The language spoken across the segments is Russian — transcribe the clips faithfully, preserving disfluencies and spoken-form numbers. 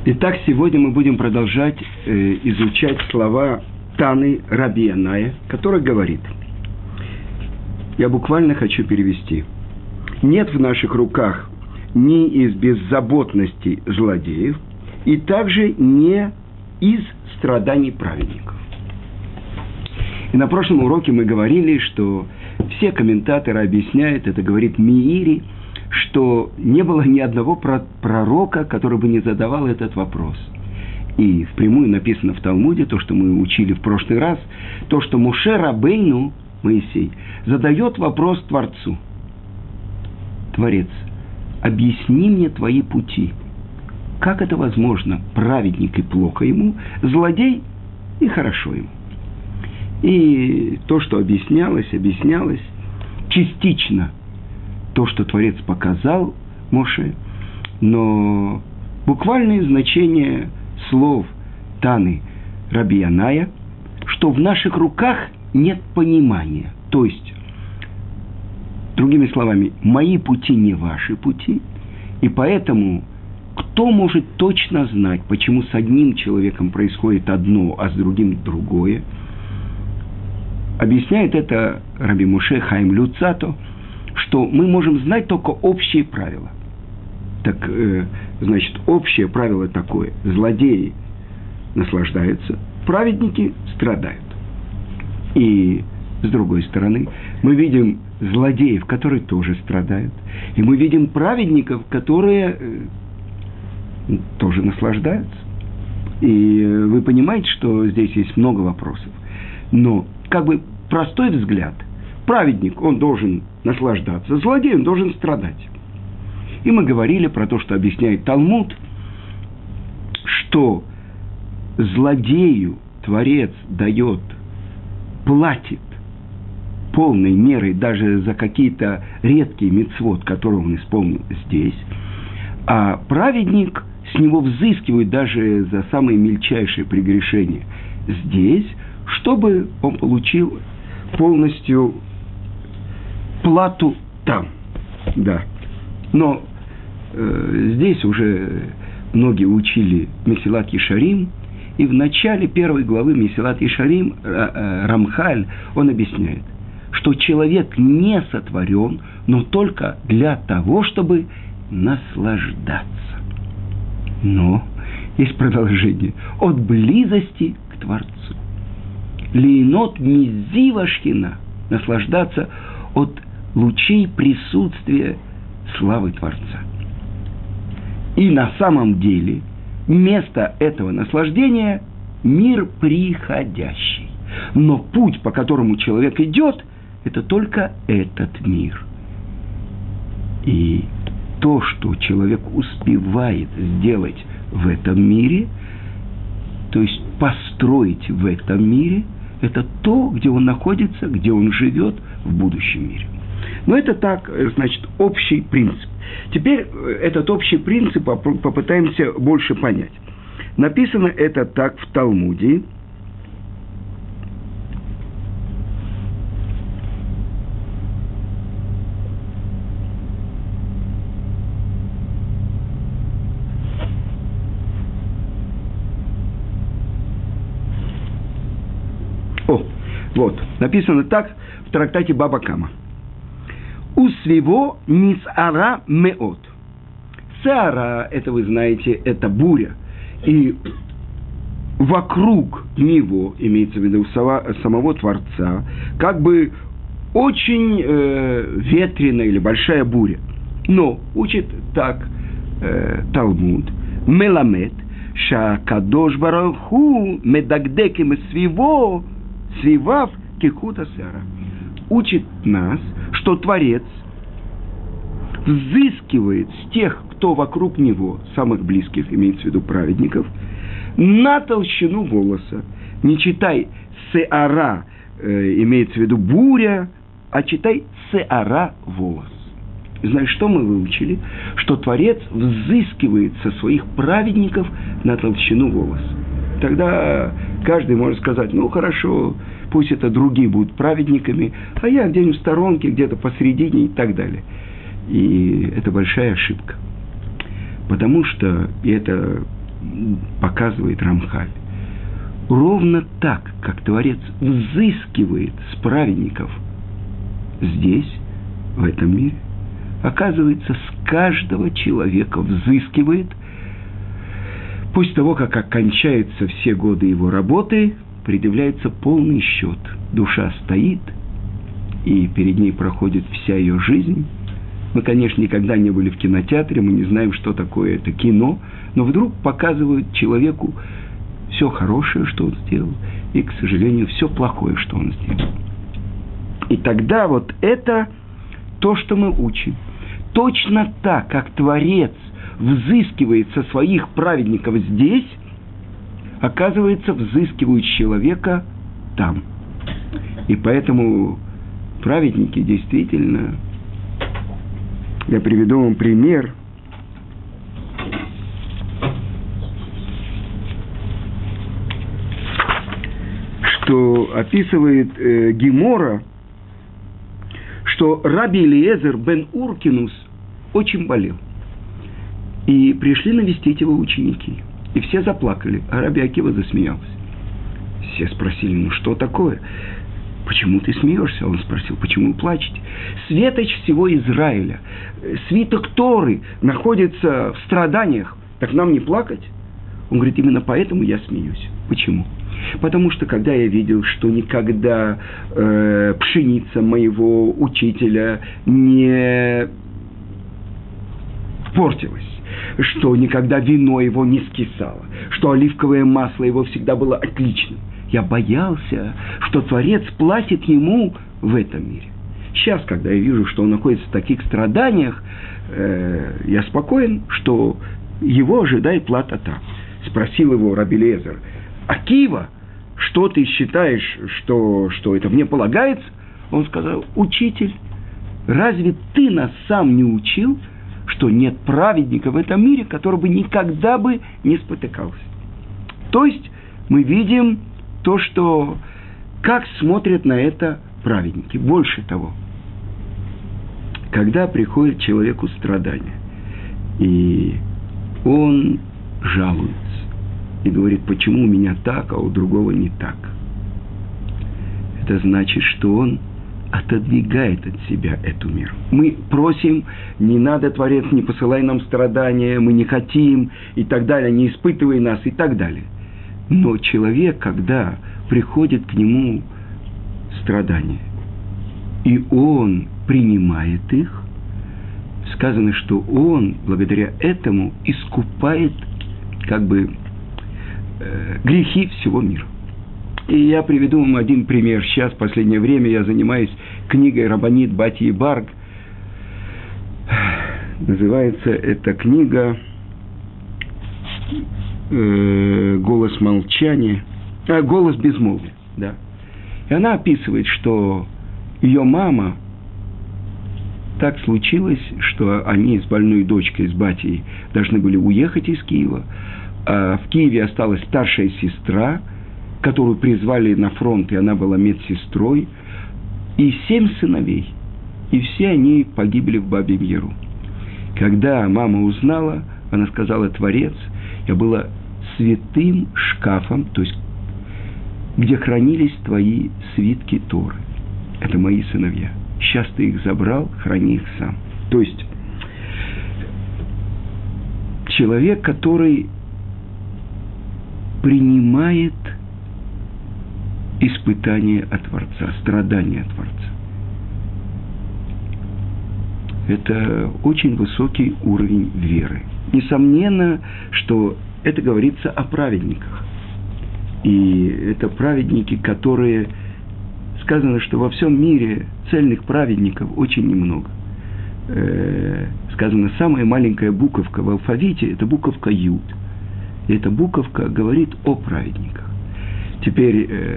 Итак, сегодня мы будем продолжать э, изучать слова Таны Раби Яная, который говорит, я буквально хочу перевести, нет в наших руках ни из беззаботности злодеев, и также не из страданий праведников. И на прошлом уроке мы говорили, что все комментаторы объясняют, это говорит Меири, что не было ни одного пророка, который бы не задавал этот вопрос. И впрямую написано в Талмуде, то, что мы учили в прошлый раз, то, что Моше Рабейну, Моисей, задает вопрос Творцу. Творец, объясни мне твои пути. Как это возможно? Праведник и плохо ему, злодей и хорошо ему. И то, что объяснялось, объяснялось частично то, что Творец показал Моше, но буквальное значение слов Таны Раби Яная, что в наших руках нет понимания. То есть, другими словами, мои пути не ваши пути, и поэтому кто может точно знать, почему с одним человеком происходит одно, а с другим другое? Объясняет это Раби Моше Хаим Люцато, что мы можем знать только общие правила. Так, э, значит, общее правило такое. Злодеи наслаждаются, праведники страдают. И, с другой стороны, мы видим злодеев, которые тоже страдают. И мы видим праведников, которые э, тоже наслаждаются. И э, вы понимаете, что здесь есть много вопросов. Но, как бы, простой взгляд. Праведник, он должен наслаждаться, злодей, он должен страдать. И мы говорили про то, что объясняет Талмуд, что злодею Творец дает, платит полной мерой даже за какие-то редкие мицвот, которые он исполнил здесь, а праведник с него взыскивает даже за самые мельчайшие прегрешения здесь, чтобы он получил полностью плату там, да. Но э, здесь уже многие учили Месилат Ешарим, и в начале первой главы Месилат Ешарим э, Рамхаль, он объясняет, что человек не сотворен, но только для того, чтобы наслаждаться. Но есть продолжение. От близости к Творцу. Лейнот мизива шхина. Наслаждаться от лучей присутствия славы Творца. И на самом деле место этого наслаждения – мир приходящий. Но путь, по которому человек идет, это только этот мир. И то, что человек успевает сделать в этом мире, то есть построить в этом мире, это то, где он находится, где он живет в будущем мире. Но это так, значит, общий принцип. Теперь этот общий принцип попытаемся больше понять. Написано это так в Талмуде. О, вот, написано так в трактате Баба Кама. У свего ницара меот. Цара, это вы знаете, это буря. И вокруг него, имеется в виду самого Творца, как бы очень э, ветреная или большая буря. Но учит так э, Талмуд, меламет, ша кадош бараху медагдеким свиво, свивав кихута сара. Учит нас, что Творец взыскивает с тех, кто вокруг него, самых близких, имеется в виду праведников, на толщину волоса. Не читай сеара, э, имеется в виду буря, а читай сеара волос. Знаешь, что мы выучили? Что Творец взыскивает со своих праведников на толщину волоса. Тогда каждый может сказать, ну хорошо, пусть это другие будут праведниками, а я где-нибудь в сторонке, где-то посередине и так далее. И это большая ошибка. Потому что, и это показывает Рамхаль. Ровно так, как Творец взыскивает с праведников здесь, в этом мире, оказывается, с каждого человека взыскивает. После того, как окончаются все годы его работы, предъявляется полный счет. Душа стоит, и перед ней проходит вся ее жизнь. Мы, конечно, никогда не были в кинотеатре, мы не знаем, что такое это кино, но вдруг показывают человеку все хорошее, что он сделал, и, к сожалению, все плохое, что он сделал. И тогда вот это то, что мы учим. Точно так, как Творец взыскивает со своих праведников здесь, оказывается, взыскивает человека там. И поэтому праведники действительно... Я приведу вам пример. Что описывает э, Гемора, что Раби Элиезер бен Уркинус очень болел. И пришли навестить его ученики. И все заплакали, а Раби Акива засмеялся. Все спросили, ну что такое? Почему ты смеешься? Он спросил, почему вы плачете? Светоч всего Израиля, свиток Торы находится в страданиях, так нам не плакать? Он говорит, именно поэтому я смеюсь. Почему? Потому что, когда я видел, что никогда э, пшеница моего учителя не портилась, что никогда вино его не скисало, что оливковое масло его всегда было отличным, я боялся, что Творец платит ему в этом мире. Сейчас, когда я вижу, что он находится в таких страданиях, э, я спокоен, что его ожидает плата там. Спросил его Раби Элиезер, Акива, что ты считаешь, что, что это мне полагается? Он сказал, учитель, разве ты нас сам не учил, что нет праведника в этом мире, который бы никогда бы не спотыкался? То есть мы видим то, что как смотрят на это праведники. Больше того, когда приходит человеку страдания, и он жалуется, и говорит, почему у меня так, а у другого не так. Это значит, что он отодвигает от себя эту меру. Мы просим, не надо, Творец, не посылай нам страдания, мы не хотим, и так далее, не испытывай нас, и так далее. Но человек, когда приходит к нему страдания, и он принимает их, сказано, что он, благодаря этому, искупает, как бы, грехи всего мира. И я приведу вам один пример. Сейчас, в последнее время, я занимаюсь книгой Рабанит Батьи Барг. Называется эта книга э, «Голос молчания», а, «Голос безмолвия». Да. И она описывает, что ее мама, так случилось, что они с больной дочкой, с Батей, должны были уехать из Киева. А в Киеве осталась старшая сестра, которую призвали на фронт, и она была медсестрой, и семь сыновей. И все они погибли в Бабьем Яру. Когда мама узнала, она сказала, Творец, я была святым шкафом, то есть где хранились твои свитки Торы. Это мои сыновья. Сейчас ты их забрал, храни их сам. То есть человек, который принимает испытания от Творца, страдания от Творца. Это очень высокий уровень веры. Несомненно, что это говорится о праведниках. И это праведники, которые... Сказано, что во всем мире цельных праведников очень немного. Э, сказано, самая маленькая буковка в алфавите – это буковка Юд. И эта буковка говорит о праведниках. Теперь э,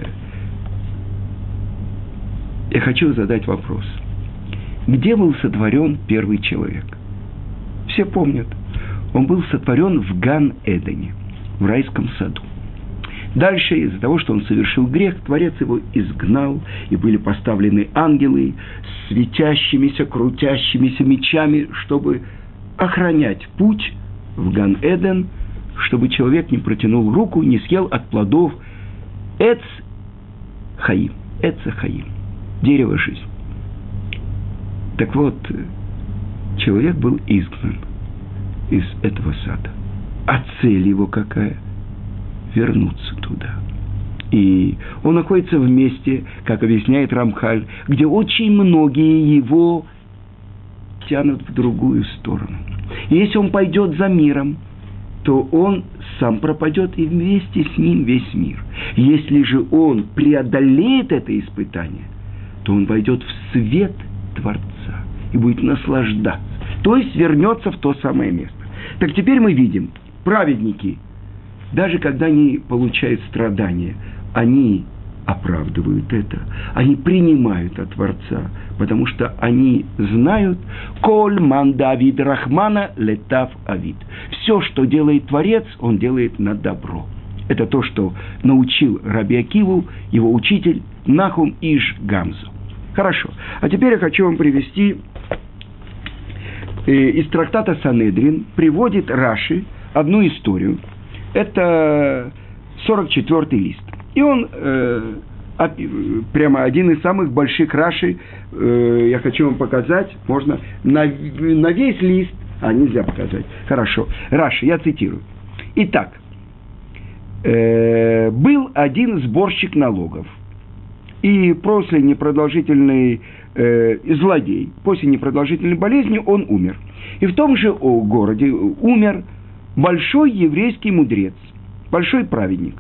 я хочу задать вопрос. Где был сотворен первый человек? Все помнят. Он был сотворен в Ган-Эдене, в райском саду. Дальше, из-за того, что он совершил грех, Творец его изгнал, и были поставлены ангелы с светящимися, крутящимися мечами, чтобы охранять путь в Ган-Эден чтобы человек не протянул руку, не съел от плодов Эц Хаим, Эц Хаим, дерево жизни. Так вот, человек был изгнан из этого сада. А цель его какая? Вернуться туда. И он находится в месте, как объясняет Рамхаль, где очень многие его тянут в другую сторону. И если он пойдет за миром, то он сам пропадет, и вместе с ним весь мир. Если же он преодолеет это испытание, то он войдет в свет Творца и будет наслаждаться. То есть вернется в то самое место. Так теперь мы видим, праведники, даже когда они получают страдания, они оправдывают это, они принимают от Творца, потому что они знают «Коль ман Давид Рахмана летав авид». Все, что делает Творец, он делает на добро. Это то, что научил Раби Акиву его учитель Нахум иш Гамзу. Хорошо. А теперь я хочу вам привести э, из трактата Санедрин, приводит Раши одну историю. Это сорок четвёртый лист. И он э, прямо один из самых больших Раши, э, я хочу вам показать, можно на, на весь лист, а нельзя показать. Хорошо. Раши, я цитирую. Итак, э, был один сборщик налогов, и после непродолжительной э, злодей, после непродолжительной болезни он умер. И в том же о, городе умер большой еврейский мудрец, большой праведник.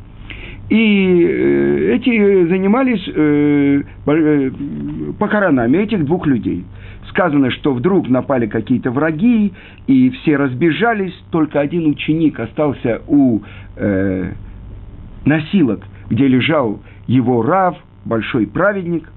И э, эти занимались э, э, похоронами этих двух людей. Сказано, что вдруг напали какие-то враги, и все разбежались, только один ученик остался у э, носилок, где лежал его рав, большой праведник.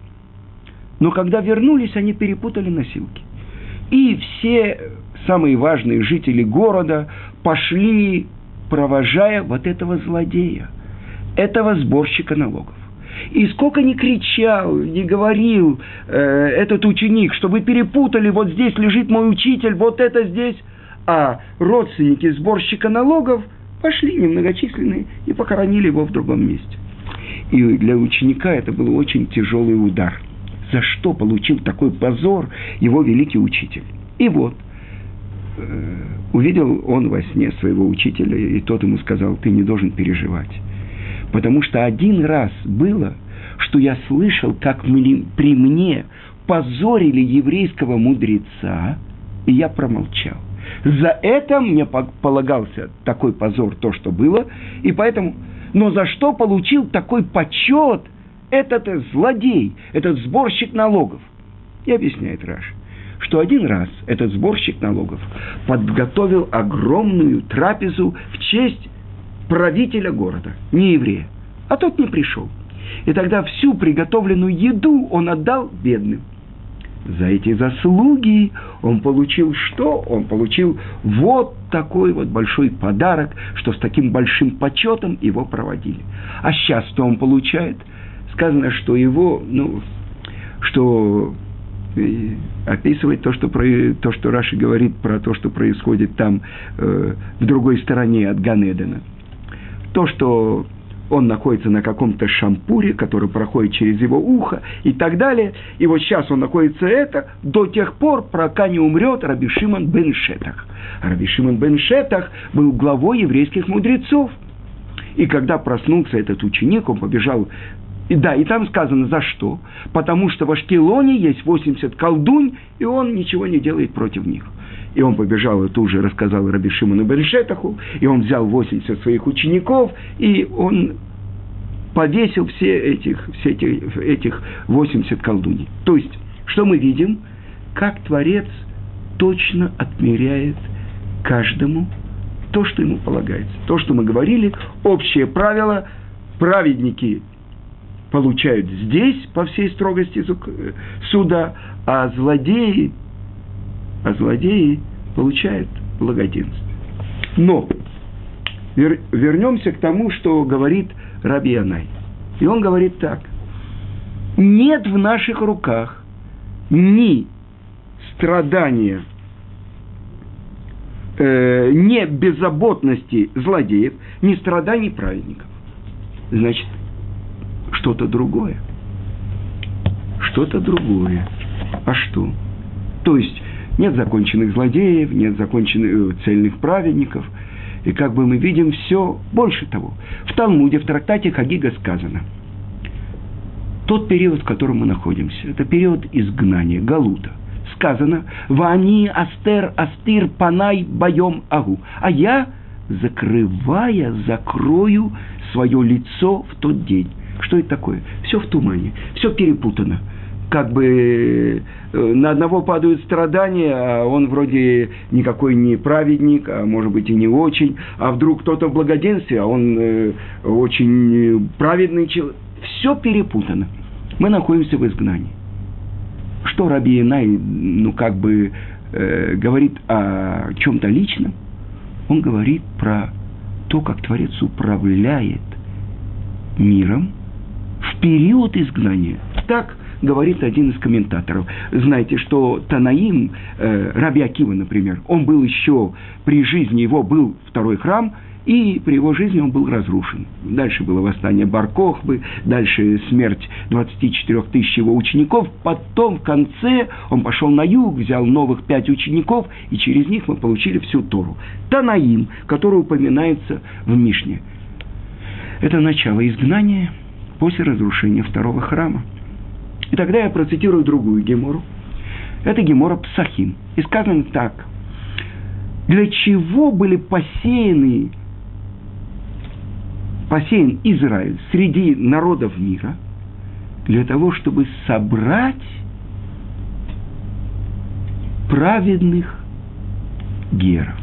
Но когда вернулись, они перепутали носилки. И все самые важные жители города пошли, провожая вот этого злодея, этого сборщика налогов. И сколько ни кричал, ни говорил э, этот ученик, что вы перепутали, вот здесь лежит мой учитель, вот это здесь. А родственники сборщика налогов пошли немногочисленные и похоронили его в другом месте. И для ученика это был очень тяжелый удар. За что получил такой позор его великий учитель? И вот, э, увидел он во сне своего учителя, и тот ему сказал: ты не должен переживать. Потому что один раз было, что я слышал, как при мне позорили еврейского мудреца, и я промолчал. За это мне полагался такой позор, то, что было, и поэтому... Но за что получил такой почет этот злодей, этот сборщик налогов? И объясняет Раши, что один раз этот сборщик налогов подготовил огромную трапезу в честь правителя города, не еврея, а тот не пришел. И тогда всю приготовленную еду он отдал бедным. За эти заслуги он получил что? Он получил вот такой вот большой подарок, что с таким большим почетом его проводили. А сейчас что он получает? Сказано, что его, ну, что описывает то, что, про, то, что Раши говорит про то, что происходит там э, в другой стороне от Ган-Эдена. То, что он находится на каком-то шампуре, который проходит через его ухо и так далее. И вот сейчас он находится это до тех пор, пока не умрет Раби Шимон бен Шетах. А Раби Шимон бен Шетах был главой еврейских мудрецов. И когда проснулся этот ученик, он побежал. И да, и там сказано, за что? Потому что в Ашкелоне есть восемьдесят колдунь, и он ничего не делает против них. И он побежал, и тут же рассказал Раби Шимону бен Шетаху, и он взял восемьдесят своих учеников, и он повесил все этих, все этих, этих восемьдесят колдуней. То есть, что мы видим? Как Творец точно отмеряет каждому то, что ему полагается. То, что мы говорили, общее правило, праведники получают здесь, по всей строгости суда, а злодеи а злодеи получают благоденствие. Но вер, вернемся к тому, что говорит Раби Янай. И он говорит так: нет в наших руках ни страдания э, не беззаботности злодеев, не страданий праведников. Значит, что-то другое. Что-то другое. А что? То есть, нет законченных злодеев, нет законченных цельных праведников. И как бы мы видим все больше того. В Талмуде, в трактате Хагига сказано, тот период, в котором мы находимся, это период изгнания, галута. Сказано, «Ваани астер астир панай боем агу». А я, закрывая, закрою свое лицо в тот день. Что это такое? Все в тумане, все перепутано. Как бы на одного падают страдания, а он вроде никакой не праведник, а может быть и не очень. А вдруг кто-то в благоденствии, а он э, очень праведный человек. Все перепутано. Мы находимся в изгнании. Что Раби Инай, ну, как бы, э, говорит о чем-то личном? Он говорит про то, как Творец управляет миром в период изгнания. Так говорит один из комментаторов. Знаете, что Танаим, э, Раби Акива, например, он был еще, при жизни его был второй храм, и при его жизни он был разрушен. Дальше было восстание Бар-Кохбы, дальше смерть двадцати четырёх тысяч его учеников. Потом в конце он пошел на юг, взял новых пять учеников, и через них мы получили всю Тору. Танаим, который упоминается в Мишне. Это начало изгнания после разрушения второго храма. И тогда я процитирую другую гемору. Это гемора Псахим. И сказано так. Для чего были посеяны посеян Израиль среди народов мира? Для того, чтобы собрать праведных геров.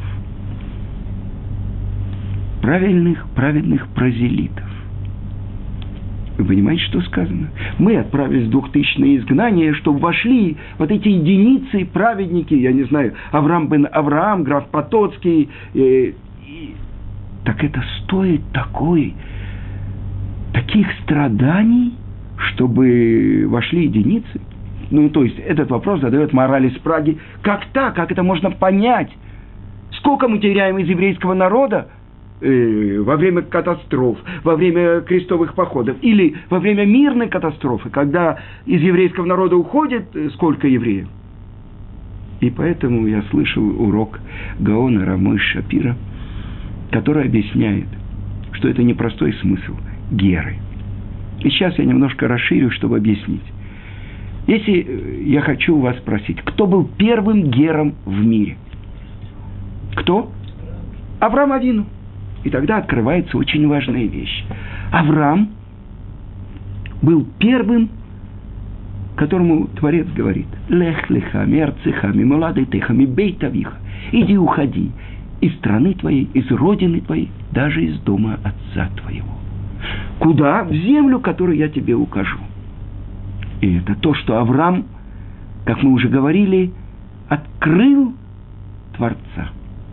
Правильных, праведных прозелитов. Вы понимаете, что сказано? Мы отправились в двухтысячное изгнание, чтобы вошли вот эти единицы, праведники, я не знаю, Авраам бен Авраам, граф Потоцкий. И, и, так это стоит такой, таких страданий, чтобы вошли единицы? Ну, то есть, этот вопрос задает Мораль из Праги. Как так? Как это можно понять? Сколько мы теряем из еврейского народа? Во время катастроф, во время крестовых походов или во время мирной катастрофы, когда из еврейского народа уходит сколько евреев. И поэтому я слышал урок Гаона Рамой Шапира, который объясняет, что это непростой смысл геры. И сейчас я немножко расширю, чтобы объяснить. Если я хочу вас спросить, кто был первым гером в мире? Кто? Авраам Авину. И тогда открывается очень важная вещь. Авраам был первым, которому Творец говорит: «Лех леха мерцеха мимолады теха мибейт авиха». Иди, уходи из страны твоей, из родины твоей, даже из дома отца твоего. Куда? В землю, которую я тебе укажу. И это то, что Авраам, как мы уже говорили, открыл Творца.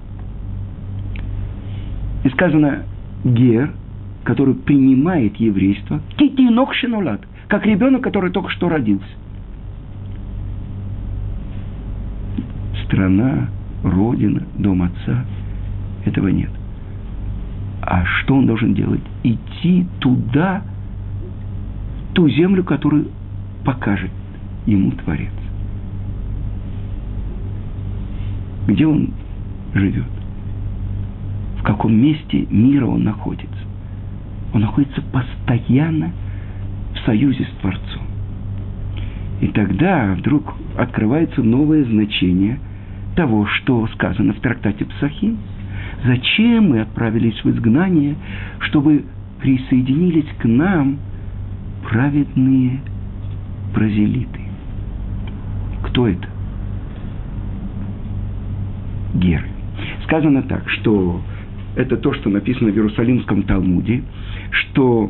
И сказано, гер, который принимает еврейство, китинок шинулат, как ребенок, который только что родился. Страна, родина, дом отца, этого нет. А что он должен делать? Идти туда, в ту землю, которую покажет ему Творец. Где он живет? В каком месте мира он находится? Он находится постоянно в союзе с Творцом. И тогда вдруг открывается новое значение того, что сказано в трактате Псахим. Зачем мы отправились в изгнание, чтобы присоединились к нам праведные прозелиты? Кто это? Геры. Сказано так, что это то, что написано в Иерусалимском Талмуде, что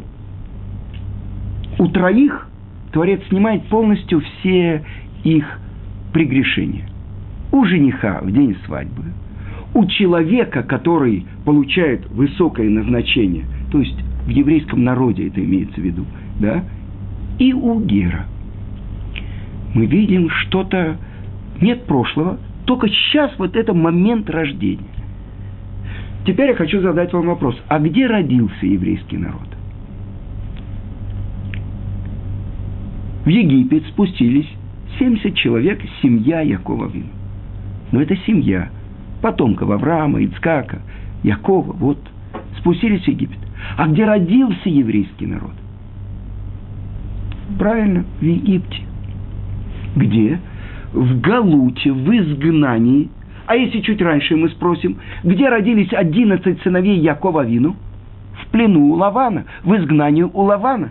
у троих Творец снимает полностью все их прегрешения. У жениха в день свадьбы, у человека, который получает высокое назначение, то есть в еврейском народе это имеется в виду, да, и у гера. Мы видим что-то, нет прошлого, только сейчас вот это момент рождения. Теперь я хочу задать вам вопрос. А где родился еврейский народ? В Египет спустились семьдесят человек, семья Якова Вину. Но это семья потомков Авраама, Ицкака, Якова. Вот, спустились в Египет. А где родился еврейский народ? Правильно, в Египте. Где? В Галуте, в изгнании. А если чуть раньше мы спросим, где родились одиннадцать сыновей Якова Вину? В плену у Лавана, в изгнании у Лавана.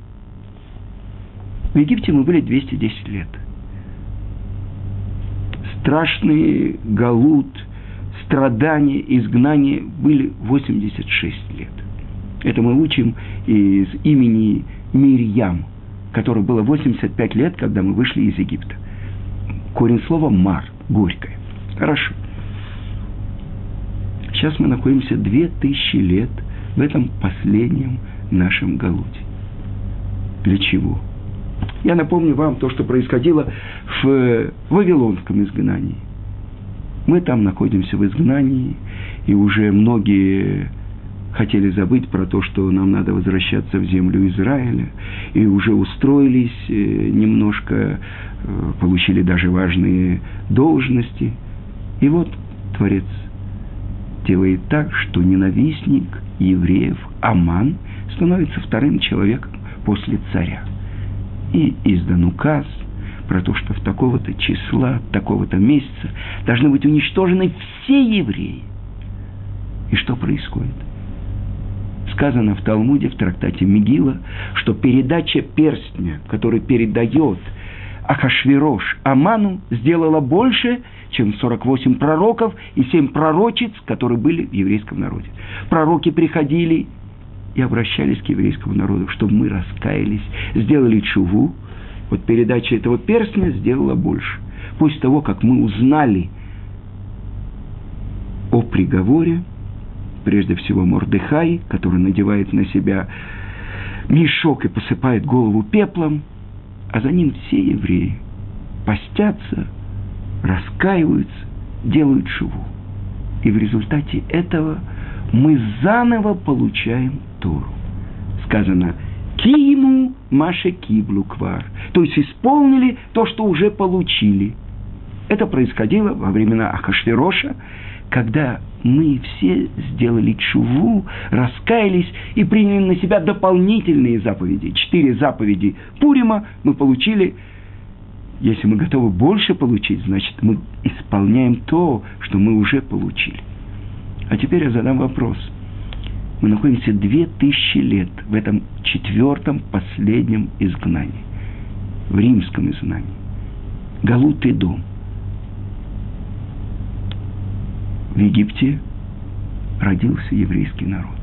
В Египте мы были двести десять лет. Страшный галут, страдания, изгнания были восемьдесят шесть лет. Это мы учим из имени Мирьям, которой было восемьдесят пять лет, когда мы вышли из Египта. Корень слова «мар», горькое. Хорошо. Сейчас мы находимся две тысячи лет в этом последнем нашем галуте. Для чего? Я напомню вам то, что происходило в Вавилонском изгнании. Мы там находимся в изгнании, и уже многие хотели забыть про то, что нам надо возвращаться в землю Израиля, и уже устроились немножко, получили даже важные должности. И вот Творец делает так, что ненавистник евреев Аман становится вторым человеком после царя. И издан указ про то, что в такого-то числа, такого-то месяца должны быть уничтожены все евреи. И что происходит? Сказано в Талмуде, в трактате Мегила, что передача перстня, который передает Ахашвирош Аману, сделала больше, чем сорок восемь пророков и семь пророчиц, которые были в еврейском народе. Пророки приходили и обращались к еврейскому народу, чтобы мы раскаялись, сделали тшуву. Вот передача этого перстня сделала больше. После того, как мы узнали о приговоре, прежде всего Мордехай, который надевает на себя мешок и посыпает голову пеплом, а за ним все евреи постятся, раскаиваются, делают тшуву. И в результате этого мы заново получаем Тору. Сказано «Киему маше киблу квар», то есть исполнили то, что уже получили. Это происходило во времена Ахашвироша, когда мы все сделали тшуву, раскаялись и приняли на себя дополнительные заповеди. Четыре заповеди Пурима мы получили. Если мы готовы больше получить, значит, мы исполняем то, что мы уже получили. А теперь я задам вопрос. Мы находимся две тысячи лет в этом четвертом, последнем изгнании. В римском изгнании. Галут Эдом. В Египте родился еврейский народ.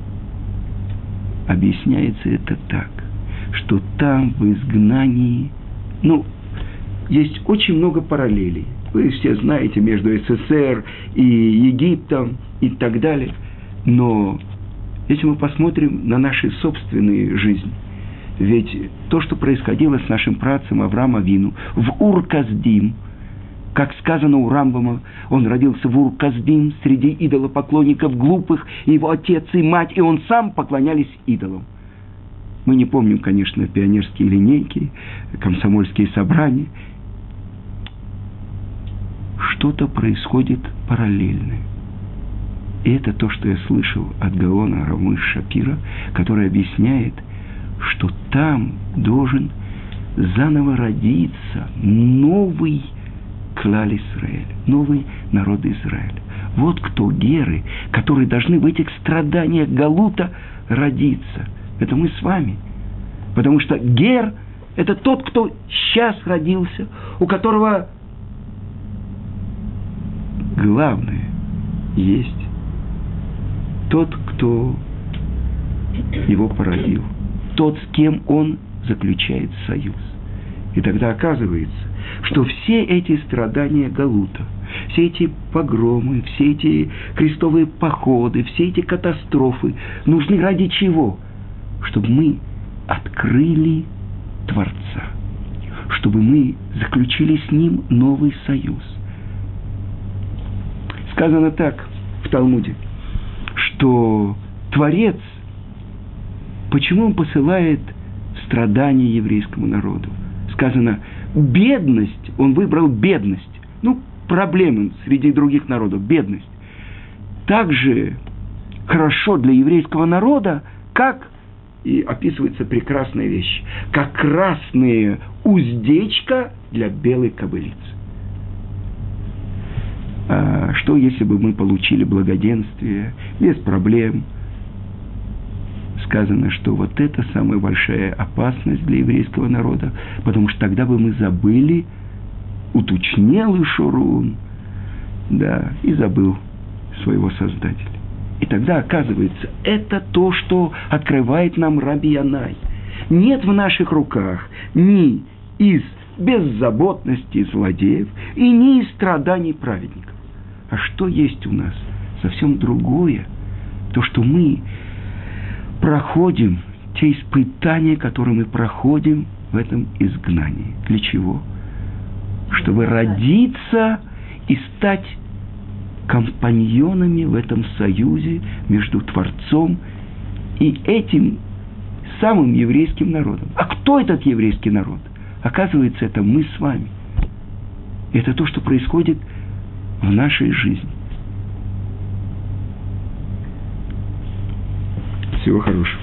Объясняется это так, что там в изгнании, ну, есть очень много параллелей. Вы все знаете между СССР и Египтом и так далее. Но если мы посмотрим на наши собственные жизни, ведь то, что происходило с нашим працем Авраам Авину в Ур-Каздим, как сказано у Рамбама, он родился в Ур-Каздим среди идолопоклонников глупых, и его отец и мать, и он сам поклонялись идолам. Мы не помним, конечно, пионерские линейки, комсомольские собрания. Что-то происходит параллельное. И это то, что я слышал от Гаона Равмы Шапира, который объясняет, что там должен заново родиться новый клаль Исраэль, новый народ Израиля. Вот кто геры, которые должны в этих страданиях галута родиться. Это мы с вами. Потому что гер – это тот, кто сейчас родился, у которого главное есть тот, кто его породил, тот, с кем он заключает союз. И тогда оказывается, что все эти страдания галута, все эти погромы, все эти крестовые походы, все эти катастрофы нужны ради чего? Чтобы мы открыли Творца, чтобы мы заключили с Ним новый союз. Сказано так в Талмуде. то Творец, почему Он посылает страдания еврейскому народу? Сказано, бедность, Он выбрал бедность. Ну, проблемы среди других народов, бедность. Также хорошо для еврейского народа, как, и описывается прекрасная вещь, как красная уздечка для белой кобылицы. А что, если бы мы получили благоденствие, без проблем? Сказано, что вот это самая большая опасность для еврейского народа, потому что тогда бы мы забыли, уточнел Ишурун, да, и забыл своего Создателя. И тогда, оказывается, это то, что открывает нам Раби Янай. Нет в наших руках ни из беззаботности злодеев и ни из страданий праведников. А что есть у нас? Совсем другое. То, что мы проходим, те испытания, которые мы проходим в этом изгнании. Для чего? Чтобы родиться и стать компаньонами в этом союзе между Творцом и этим самым еврейским народом. А кто этот еврейский народ? Оказывается, это мы с вами. Это то, что происходит в нашей жизни. Всего хорошего.